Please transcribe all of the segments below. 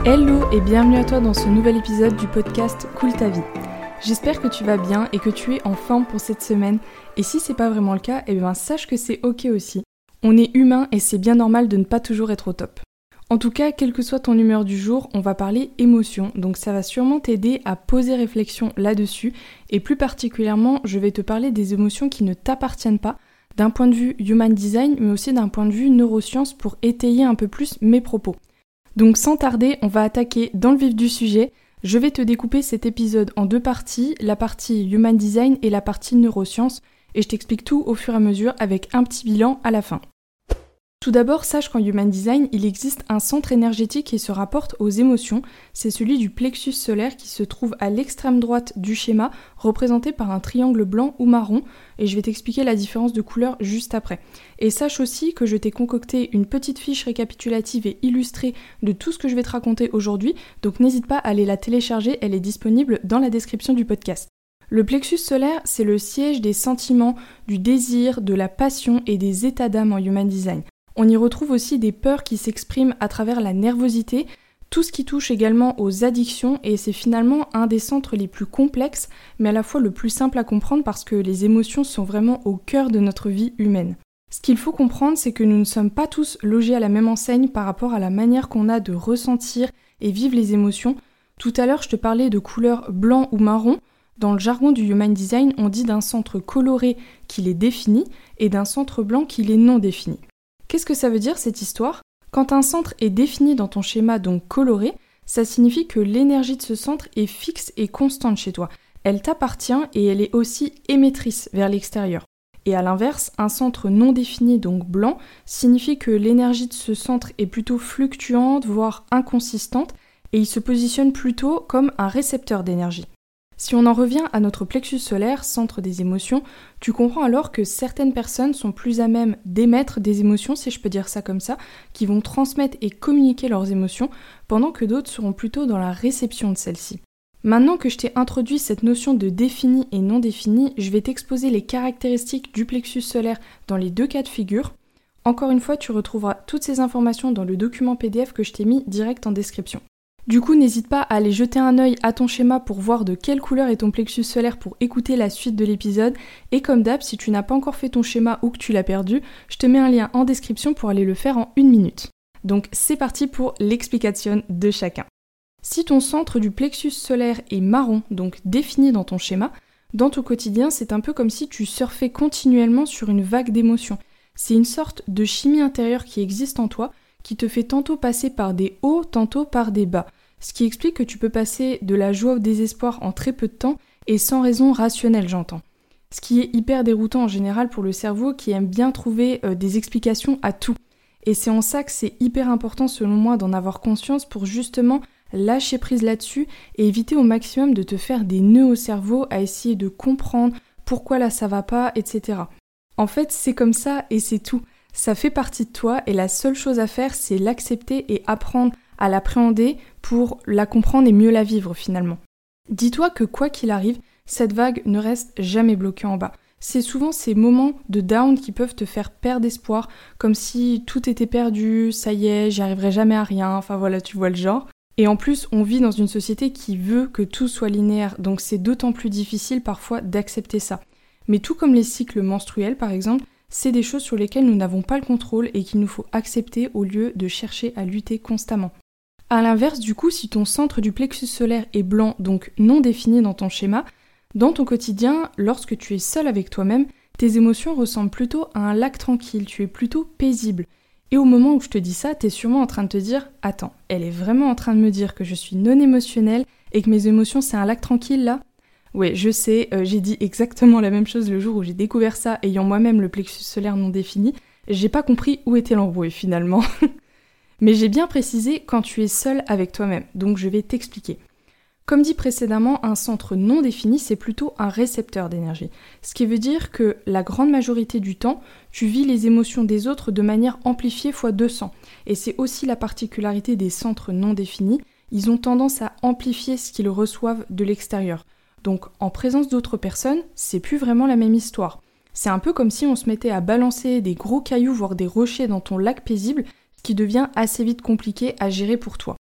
Hello et bienvenue à toi dans ce nouvel épisode du podcast Cool ta vie. J'espère que tu vas bien et que tu es en forme pour cette semaine. Et si c'est pas vraiment le cas, sache que c'est ok aussi. On est humain et c'est bien normal de ne pas toujours être au top. En tout cas, quelle que soit ton humeur du jour, on va parler émotions, donc ça va sûrement t'aider à poser réflexion là-dessus. Et plus particulièrement, je vais te parler des émotions qui ne t'appartiennent pas, d'un point de vue human design, mais aussi d'un point de vue neurosciences pour étayer un peu plus mes propos. Donc sans tarder, on va attaquer dans le vif du sujet. Je vais te découper cet épisode en deux parties, la partie human design et la partie neurosciences, et je t'explique tout au fur et à mesure avec un petit bilan à la fin. Tout d'abord, sache qu'en Human Design, il existe un centre énergétique qui se rapporte aux émotions, c'est celui du plexus solaire qui se trouve à l'extrême droite du schéma, représenté par un triangle blanc ou marron, et je vais t'expliquer la différence de couleur juste après. Et sache aussi que je t'ai concocté une petite fiche récapitulative et illustrée de tout ce que je vais te raconter aujourd'hui, donc n'hésite pas à aller la télécharger, elle est disponible dans la description du podcast. Le plexus solaire, c'est le siège des sentiments, du désir, de la passion et des états d'âme en Human Design. On y retrouve aussi des peurs qui s'expriment à travers la nervosité, tout ce qui touche également aux addictions, et c'est finalement un des centres les plus complexes, mais à la fois le plus simple à comprendre parce que les émotions sont vraiment au cœur de notre vie humaine. Ce qu'il faut comprendre, c'est que nous ne sommes pas tous logés à la même enseigne par rapport à la manière qu'on a de ressentir et vivre les émotions. Tout à l'heure, je te parlais de couleur blanc ou marron. Dans le jargon du Human Design, on dit d'un centre coloré qu'il est défini et d'un centre blanc qu'il est non défini. Qu'est-ce que ça veut dire cette histoire ? Quand un centre est défini dans ton schéma, donc coloré, ça signifie que l'énergie de ce centre est fixe et constante chez toi. Elle t'appartient et elle est aussi émettrice vers l'extérieur. Et à l'inverse, un centre non défini, donc blanc, signifie que l'énergie de ce centre est plutôt fluctuante, voire inconsistante, et il se positionne plutôt comme un récepteur d'énergie. Si on en revient à notre plexus solaire, centre des émotions, tu comprends alors que certaines personnes sont plus à même d'émettre des émotions, si je peux dire ça comme ça, qui vont transmettre et communiquer leurs émotions, pendant que d'autres seront plutôt dans la réception de celles-ci. Maintenant que je t'ai introduit cette notion de défini et non défini, je vais t'exposer les caractéristiques du plexus solaire dans les deux cas de figure. Encore une fois, tu retrouveras toutes ces informations dans le document PDF que je t'ai mis direct en description. Du coup, n'hésite pas à aller jeter un œil à ton schéma pour voir de quelle couleur est ton plexus solaire pour écouter la suite de l'épisode. Et comme d'hab, si tu n'as pas encore fait ton schéma ou que tu l'as perdu, je te mets un lien en description pour aller le faire en 1 minute. Donc c'est parti pour l'explication de chacun. Si ton centre du plexus solaire est marron, donc défini dans ton schéma, dans ton quotidien, c'est un peu comme si tu surfais continuellement sur une vague d'émotions. C'est une sorte de chimie intérieure qui existe en toi, qui te fait tantôt passer par des hauts, tantôt par des bas. Ce qui explique que tu peux passer de la joie au désespoir en très peu de temps et sans raison rationnelle, j'entends. Ce qui est hyper déroutant en général pour le cerveau qui aime bien trouver des explications à tout. Et c'est en ça que c'est hyper important selon moi d'en avoir conscience pour justement lâcher prise là-dessus et éviter au maximum de te faire des nœuds au cerveau à essayer de comprendre pourquoi là ça va pas, etc. En fait, c'est comme ça et c'est tout. Ça fait partie de toi et la seule chose à faire, c'est l'accepter et apprendre à l'appréhender pour la comprendre et mieux la vivre finalement. Dis-toi que quoi qu'il arrive, cette vague ne reste jamais bloquée en bas. C'est souvent ces moments de down qui peuvent te faire perdre espoir, comme si tout était perdu, ça y est, j'y arriverai jamais à rien, enfin voilà, tu vois le genre. Et en plus, on vit dans une société qui veut que tout soit linéaire, donc c'est d'autant plus difficile parfois d'accepter ça. Mais tout comme les cycles menstruels par exemple, c'est des choses sur lesquelles nous n'avons pas le contrôle et qu'il nous faut accepter au lieu de chercher à lutter constamment. A l'inverse, du coup, si ton centre du plexus solaire est blanc, donc non défini dans ton schéma, dans ton quotidien, lorsque tu es seul avec toi-même, tes émotions ressemblent plutôt à un lac tranquille, tu es plutôt paisible. Et au moment où je te dis ça, t'es sûrement en train de te dire « Attends, elle est vraiment en train de me dire que je suis non émotionnelle et que mes émotions c'est un lac tranquille là ?» Ouais, je sais, j'ai dit exactement la même chose le jour où j'ai découvert ça, ayant moi-même le plexus solaire non défini. J'ai pas compris où était l'embrouille finalement. Mais j'ai bien précisé quand tu es seul avec toi-même, donc je vais t'expliquer. Comme dit précédemment, un centre non défini, c'est plutôt un récepteur d'énergie. Ce qui veut dire que la grande majorité du temps, tu vis les émotions des autres de manière amplifiée x 200. Et c'est aussi la particularité des centres non définis, ils ont tendance à amplifier ce qu'ils reçoivent de l'extérieur. Donc en présence d'autres personnes, c'est plus vraiment la même histoire. C'est un peu comme si on se mettait à balancer des gros cailloux, voire des rochers dans ton lac paisible, ce qui devient assez vite compliqué à gérer pour toi.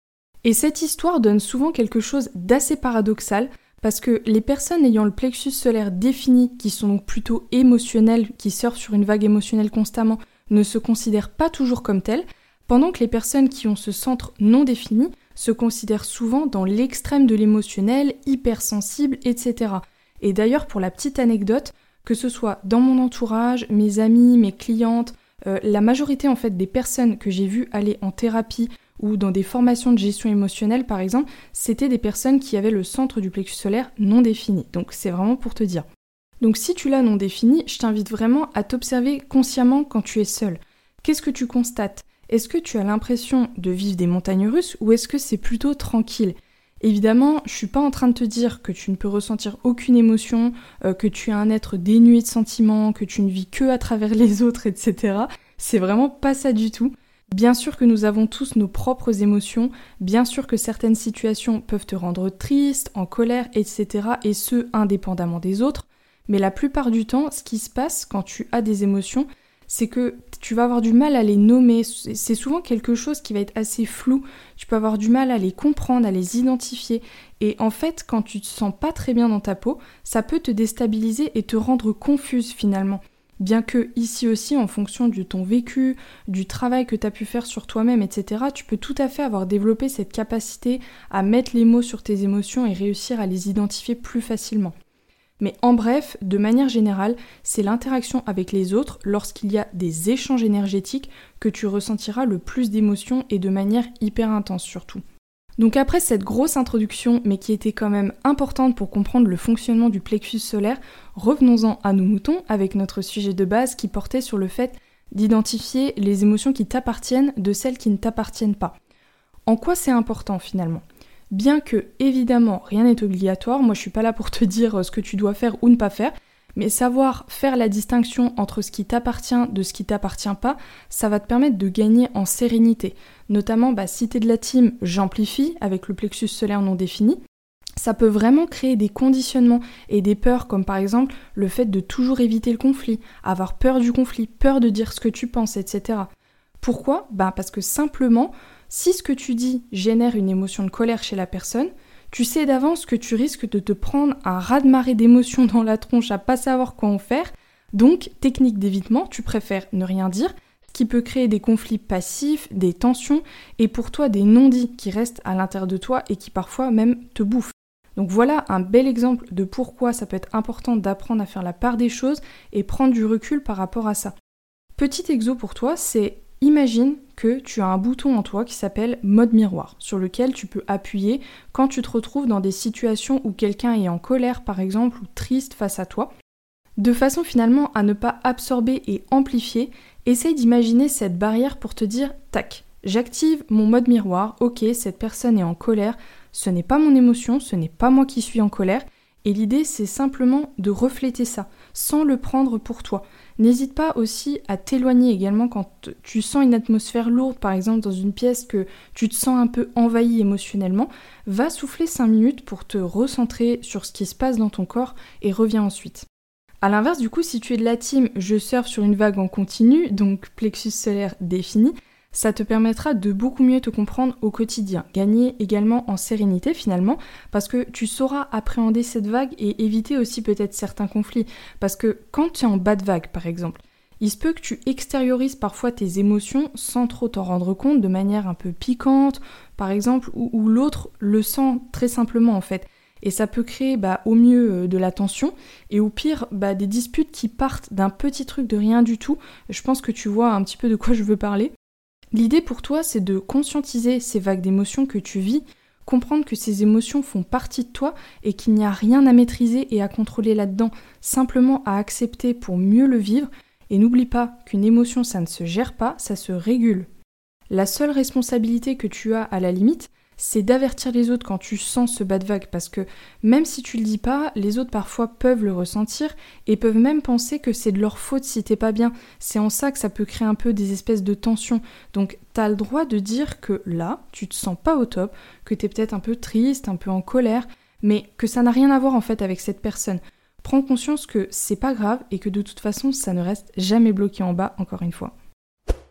Et cette histoire donne souvent quelque chose d'assez paradoxal, parce que les personnes ayant le plexus solaire défini, qui sont donc plutôt émotionnelles, qui surfent sur une vague émotionnelle constamment, ne se considèrent pas toujours comme telles, pendant que les personnes qui ont ce centre non défini se considèrent souvent dans l'extrême de l'émotionnel, hypersensible, etc. Et d'ailleurs, pour la petite anecdote, que ce soit dans mon entourage, mes amis, mes clientes, la majorité en fait des personnes que j'ai vues aller en thérapie ou dans des formations de gestion émotionnelle par exemple, c'était des personnes qui avaient le centre du plexus solaire non défini. Donc c'est vraiment pour te dire. Donc si tu l'as non défini, je t'invite vraiment à t'observer consciemment quand tu es seul. Qu'est-ce que tu constates ? Est-ce que tu as l'impression de vivre des montagnes russes ou est-ce que c'est plutôt tranquille ? Évidemment, je suis pas en train de te dire que tu ne peux ressentir aucune émotion, que tu es un être dénué de sentiments, que tu ne vis que à travers les autres, etc. C'est vraiment pas ça du tout. Bien sûr que nous avons tous nos propres émotions, bien sûr que certaines situations peuvent te rendre triste, en colère, etc. et ce, indépendamment des autres, mais la plupart du temps, ce qui se passe quand tu as des émotions, c'est que tu vas avoir du mal à les nommer, c'est souvent quelque chose qui va être assez flou, tu peux avoir du mal à les comprendre, à les identifier, et en fait, quand tu te sens pas très bien dans ta peau, ça peut te déstabiliser et te rendre confuse finalement. Bien que ici aussi, en fonction de ton vécu, du travail que tu as pu faire sur toi-même, etc., tu peux tout à fait avoir développé cette capacité à mettre les mots sur tes émotions et réussir à les identifier plus facilement. Mais en bref, de manière générale, c'est l'interaction avec les autres, lorsqu'il y a des échanges énergétiques, que tu ressentiras le plus d'émotions et de manière hyper intense surtout. Donc après cette grosse introduction, mais qui était quand même importante pour comprendre le fonctionnement du plexus solaire, revenons-en à nos moutons avec notre sujet de base qui portait sur le fait d'identifier les émotions qui t'appartiennent de celles qui ne t'appartiennent pas. En quoi c'est important finalement ? Bien que, évidemment, rien n'est obligatoire, moi je suis pas là pour te dire ce que tu dois faire ou ne pas faire, mais savoir faire la distinction entre ce qui t'appartient de ce qui t'appartient pas, ça va te permettre de gagner en sérénité. Notamment, si t'es de la team j'amplifie avec le plexus solaire non défini, ça peut vraiment créer des conditionnements et des peurs comme par exemple le fait de toujours éviter le conflit, avoir peur du conflit, peur de dire ce que tu penses, etc. Pourquoi ? Parce que simplement, si ce que tu dis génère une émotion de colère chez la personne, tu sais d'avance que tu risques de te prendre un raz-de-marée d'émotions dans la tronche à pas savoir quoi en faire. Donc, technique d'évitement, tu préfères ne rien dire, ce qui peut créer des conflits passifs, des tensions, et pour toi des non-dits qui restent à l'intérieur de toi et qui parfois même te bouffent. Donc voilà un bel exemple de pourquoi ça peut être important d'apprendre à faire la part des choses et prendre du recul par rapport à ça. Petit exo pour toi, c'est imagine que tu as un bouton en toi qui s'appelle mode miroir, sur lequel tu peux appuyer quand tu te retrouves dans des situations où quelqu'un est en colère par exemple ou triste face à toi. De façon finalement à ne pas absorber et amplifier, essaye d'imaginer cette barrière pour te dire tac, j'active mon mode miroir, ok, cette personne est en colère, ce n'est pas mon émotion, ce n'est pas moi qui suis en colère, et l'idée c'est simplement de refléter ça, sans le prendre pour toi. N'hésite pas aussi à t'éloigner également quand tu sens une atmosphère lourde, par exemple dans une pièce que tu te sens un peu envahi émotionnellement, va souffler 5 minutes pour te recentrer sur ce qui se passe dans ton corps et reviens ensuite. A l'inverse, du coup, si tu es de la team « je surfe sur une vague en continu », donc plexus solaire défini, ça te permettra de beaucoup mieux te comprendre au quotidien, gagner également en sérénité finalement, parce que tu sauras appréhender cette vague et éviter aussi peut-être certains conflits. Parce que quand tu es en bas de vague par exemple, il se peut que tu extériorises parfois tes émotions sans trop t'en rendre compte, de manière un peu piquante par exemple, ou l'autre le sent très simplement en fait. Et ça peut créer au mieux de la tension et au pire des disputes qui partent d'un petit truc de rien du tout. Je pense que tu vois un petit peu de quoi je veux parler. L'idée pour toi, c'est de conscientiser ces vagues d'émotions que tu vis, comprendre que ces émotions font partie de toi et qu'il n'y a rien à maîtriser et à contrôler là-dedans, simplement à accepter pour mieux le vivre. Et n'oublie pas qu'une émotion, ça ne se gère pas, ça se régule. La seule responsabilité que tu as à la limite, c'est d'avertir les autres quand tu sens ce bas de vague, parce que même si tu le dis pas, les autres parfois peuvent le ressentir et peuvent même penser que c'est de leur faute si t'es pas bien. C'est en ça que ça peut créer un peu des espèces de tensions. Donc t'as le droit de dire que là, tu te sens pas au top, que t'es peut-être un peu triste, un peu en colère, mais que ça n'a rien à voir en fait avec cette personne. Prends conscience que c'est pas grave et que de toute façon ça ne reste jamais bloqué en bas, encore une fois.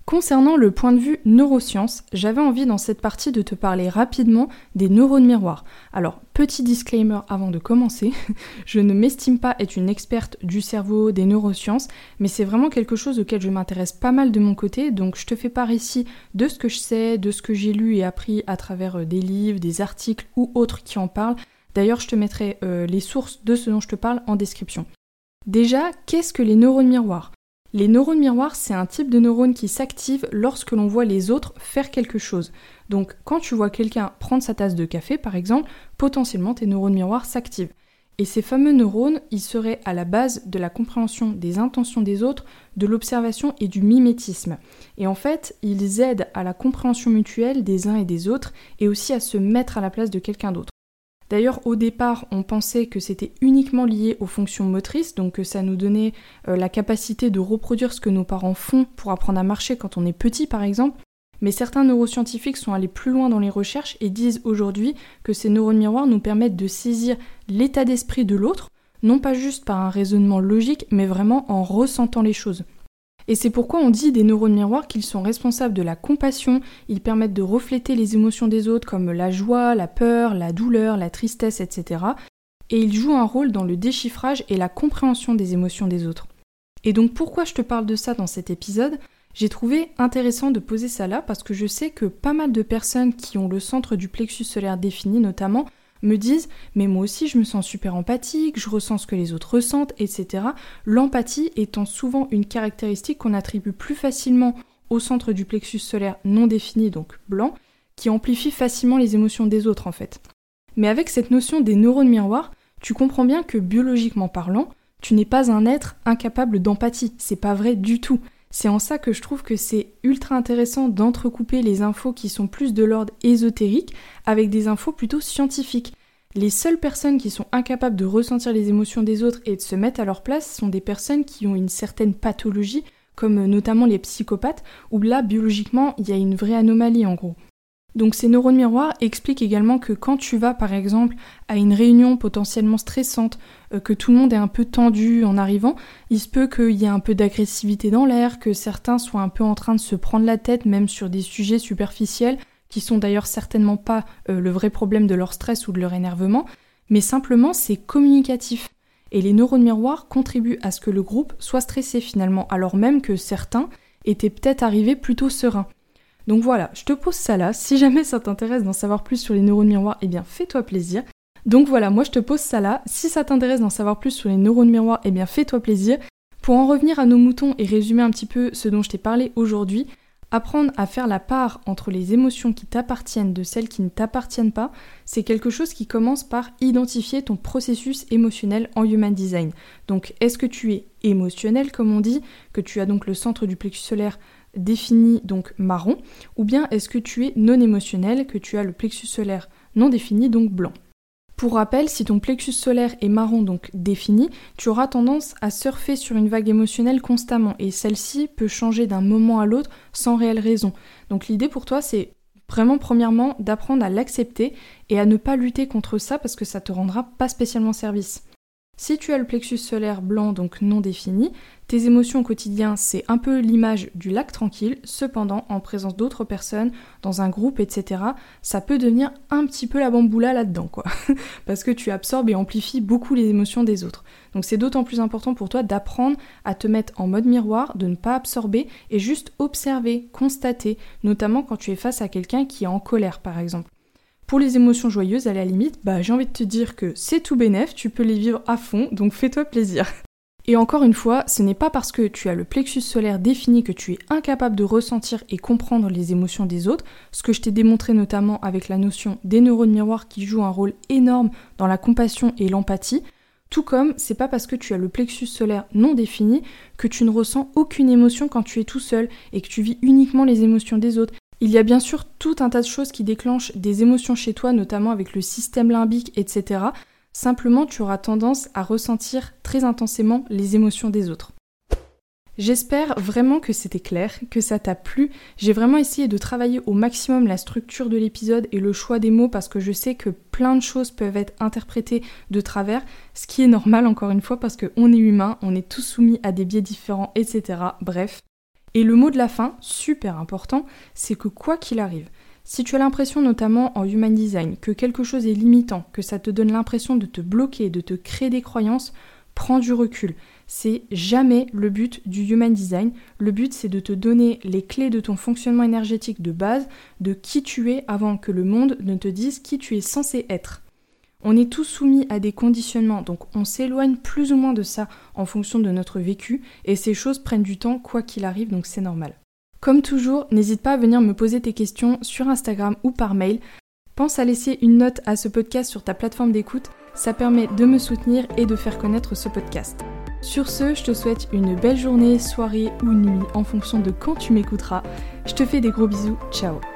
Concernant le point de vue neurosciences, j'avais envie dans cette partie de te parler rapidement des neurones miroirs. Alors, petit disclaimer avant de commencer, je ne m'estime pas être une experte du cerveau, des neurosciences, mais c'est vraiment quelque chose auquel je m'intéresse pas mal de mon côté, donc je te fais part ici de ce que je sais, de ce que j'ai lu et appris à travers des livres, des articles ou autres qui en parlent. D'ailleurs, je te mettrai les sources de ce dont je te parle en description. Déjà, qu'est-ce que les neurones miroirs ? Les neurones miroirs, c'est un type de neurone qui s'active lorsque l'on voit les autres faire quelque chose. Donc, quand tu vois quelqu'un prendre sa tasse de café, par exemple, potentiellement tes neurones miroirs s'activent. Et ces fameux neurones, ils seraient à la base de la compréhension des intentions des autres, de l'observation et du mimétisme. Et en fait, ils aident à la compréhension mutuelle des uns et des autres, et aussi à se mettre à la place de quelqu'un d'autre. D'ailleurs, au départ, on pensait que c'était uniquement lié aux fonctions motrices, donc que ça nous donnait la capacité de reproduire ce que nos parents font pour apprendre à marcher quand on est petit, par exemple. Mais certains neuroscientifiques sont allés plus loin dans les recherches et disent aujourd'hui que ces neurones miroirs nous permettent de saisir l'état d'esprit de l'autre, non pas juste par un raisonnement logique, mais vraiment en ressentant les choses. Et c'est pourquoi on dit des neurones miroirs qu'ils sont responsables de la compassion, ils permettent de refléter les émotions des autres comme la joie, la peur, la douleur, la tristesse, etc. Et ils jouent un rôle dans le déchiffrage et la compréhension des émotions des autres. Et donc pourquoi je te parle de ça dans cet épisode ? J'ai trouvé intéressant de poser ça là parce que je sais que pas mal de personnes qui ont le centre du plexus solaire défini notamment me disent « mais moi aussi je me sens super empathique, je ressens ce que les autres ressentent, etc. » L'empathie étant souvent une caractéristique qu'on attribue plus facilement au centre du plexus solaire non défini, donc blanc, qui amplifie facilement les émotions des autres en fait. Mais avec cette notion des neurones miroirs, tu comprends bien que biologiquement parlant, tu n'es pas un être incapable d'empathie, c'est pas vrai du tout. C'est en ça que je trouve que c'est ultra intéressant d'entrecouper les infos qui sont plus de l'ordre ésotérique avec des infos plutôt scientifiques. Les seules personnes qui sont incapables de ressentir les émotions des autres et de se mettre à leur place sont des personnes qui ont une certaine pathologie, comme notamment les psychopathes, où là, biologiquement, il y a une vraie anomalie en gros. Donc ces neurones miroirs expliquent également que quand tu vas par exemple à une réunion potentiellement stressante, que tout le monde est un peu tendu en arrivant, il se peut qu'il y ait un peu d'agressivité dans l'air, que certains soient un peu en train de se prendre la tête même sur des sujets superficiels qui sont d'ailleurs certainement pas le vrai problème de leur stress ou de leur énervement, mais simplement c'est communicatif. Et les neurones miroirs contribuent à ce que le groupe soit stressé finalement, alors même que certains étaient peut-être arrivés plutôt sereins. Donc voilà, je te pose ça là, si jamais ça t'intéresse d'en savoir plus sur les neurones miroirs, eh bien fais-toi plaisir. Donc voilà, moi je te pose ça là, si ça t'intéresse d'en savoir plus sur les neurones miroirs, eh bien fais-toi plaisir. Pour en revenir à nos moutons et résumer un petit peu ce dont je t'ai parlé aujourd'hui, apprendre à faire la part entre les émotions qui t'appartiennent de celles qui ne t'appartiennent pas, c'est quelque chose qui commence par identifier ton processus émotionnel en Human Design. Donc est-ce que tu es émotionnel comme on dit, que tu as donc le centre du plexus solaire défini donc marron, ou bien est-ce que tu es non émotionnel, que tu as le plexus solaire non défini donc blanc. Pour rappel, si ton plexus solaire est marron donc défini, tu auras tendance à surfer sur une vague émotionnelle constamment et celle-ci peut changer d'un moment à l'autre sans réelle raison. Donc l'idée pour toi c'est vraiment premièrement d'apprendre à l'accepter et à ne pas lutter contre ça parce que ça te rendra pas spécialement service. Si tu as le plexus solaire blanc, donc non défini, tes émotions au quotidien, c'est un peu l'image du lac tranquille, cependant, en présence d'autres personnes, dans un groupe, etc., ça peut devenir un petit peu la bamboula là-dedans, quoi. Parce que tu absorbes et amplifies beaucoup les émotions des autres. Donc c'est d'autant plus important pour toi d'apprendre à te mettre en mode miroir, de ne pas absorber et juste observer, constater, notamment quand tu es face à quelqu'un qui est en colère, par exemple. Pour les émotions joyeuses, à la limite, j'ai envie de te dire que c'est tout bénef, tu peux les vivre à fond, donc fais-toi plaisir. Et encore une fois, ce n'est pas parce que tu as le plexus solaire défini que tu es incapable de ressentir et comprendre les émotions des autres, ce que je t'ai démontré notamment avec la notion des neurones miroirs qui jouent un rôle énorme dans la compassion et l'empathie, tout comme c'est pas parce que tu as le plexus solaire non défini que tu ne ressens aucune émotion quand tu es tout seul et que tu vis uniquement les émotions des autres. Il y a bien sûr tout un tas de choses qui déclenchent des émotions chez toi, notamment avec le système limbique, etc. Simplement, tu auras tendance à ressentir très intensément les émotions des autres. J'espère vraiment que c'était clair, que ça t'a plu. J'ai vraiment essayé de travailler au maximum la structure de l'épisode et le choix des mots parce que je sais que plein de choses peuvent être interprétées de travers, ce qui est normal encore une fois parce qu'on est humain, on est tous soumis à des biais différents, etc. Bref. Et le mot de la fin, super important, c'est que quoi qu'il arrive, si tu as l'impression notamment en human design que quelque chose est limitant, que ça te donne l'impression de te bloquer, de te créer des croyances, prends du recul. C'est jamais le but du human design. Le but, c'est de te donner les clés de ton fonctionnement énergétique de base, de qui tu es avant que le monde ne te dise qui tu es censé être. On est tous soumis à des conditionnements, donc on s'éloigne plus ou moins de ça en fonction de notre vécu, et ces choses prennent du temps quoi qu'il arrive, donc c'est normal. Comme toujours, n'hésite pas à venir me poser tes questions sur Instagram ou par mail. Pense à laisser une note à ce podcast sur ta plateforme d'écoute, ça permet de me soutenir et de faire connaître ce podcast. Sur ce, je te souhaite une belle journée, soirée ou nuit en fonction de quand tu m'écouteras. Je te fais des gros bisous, ciao.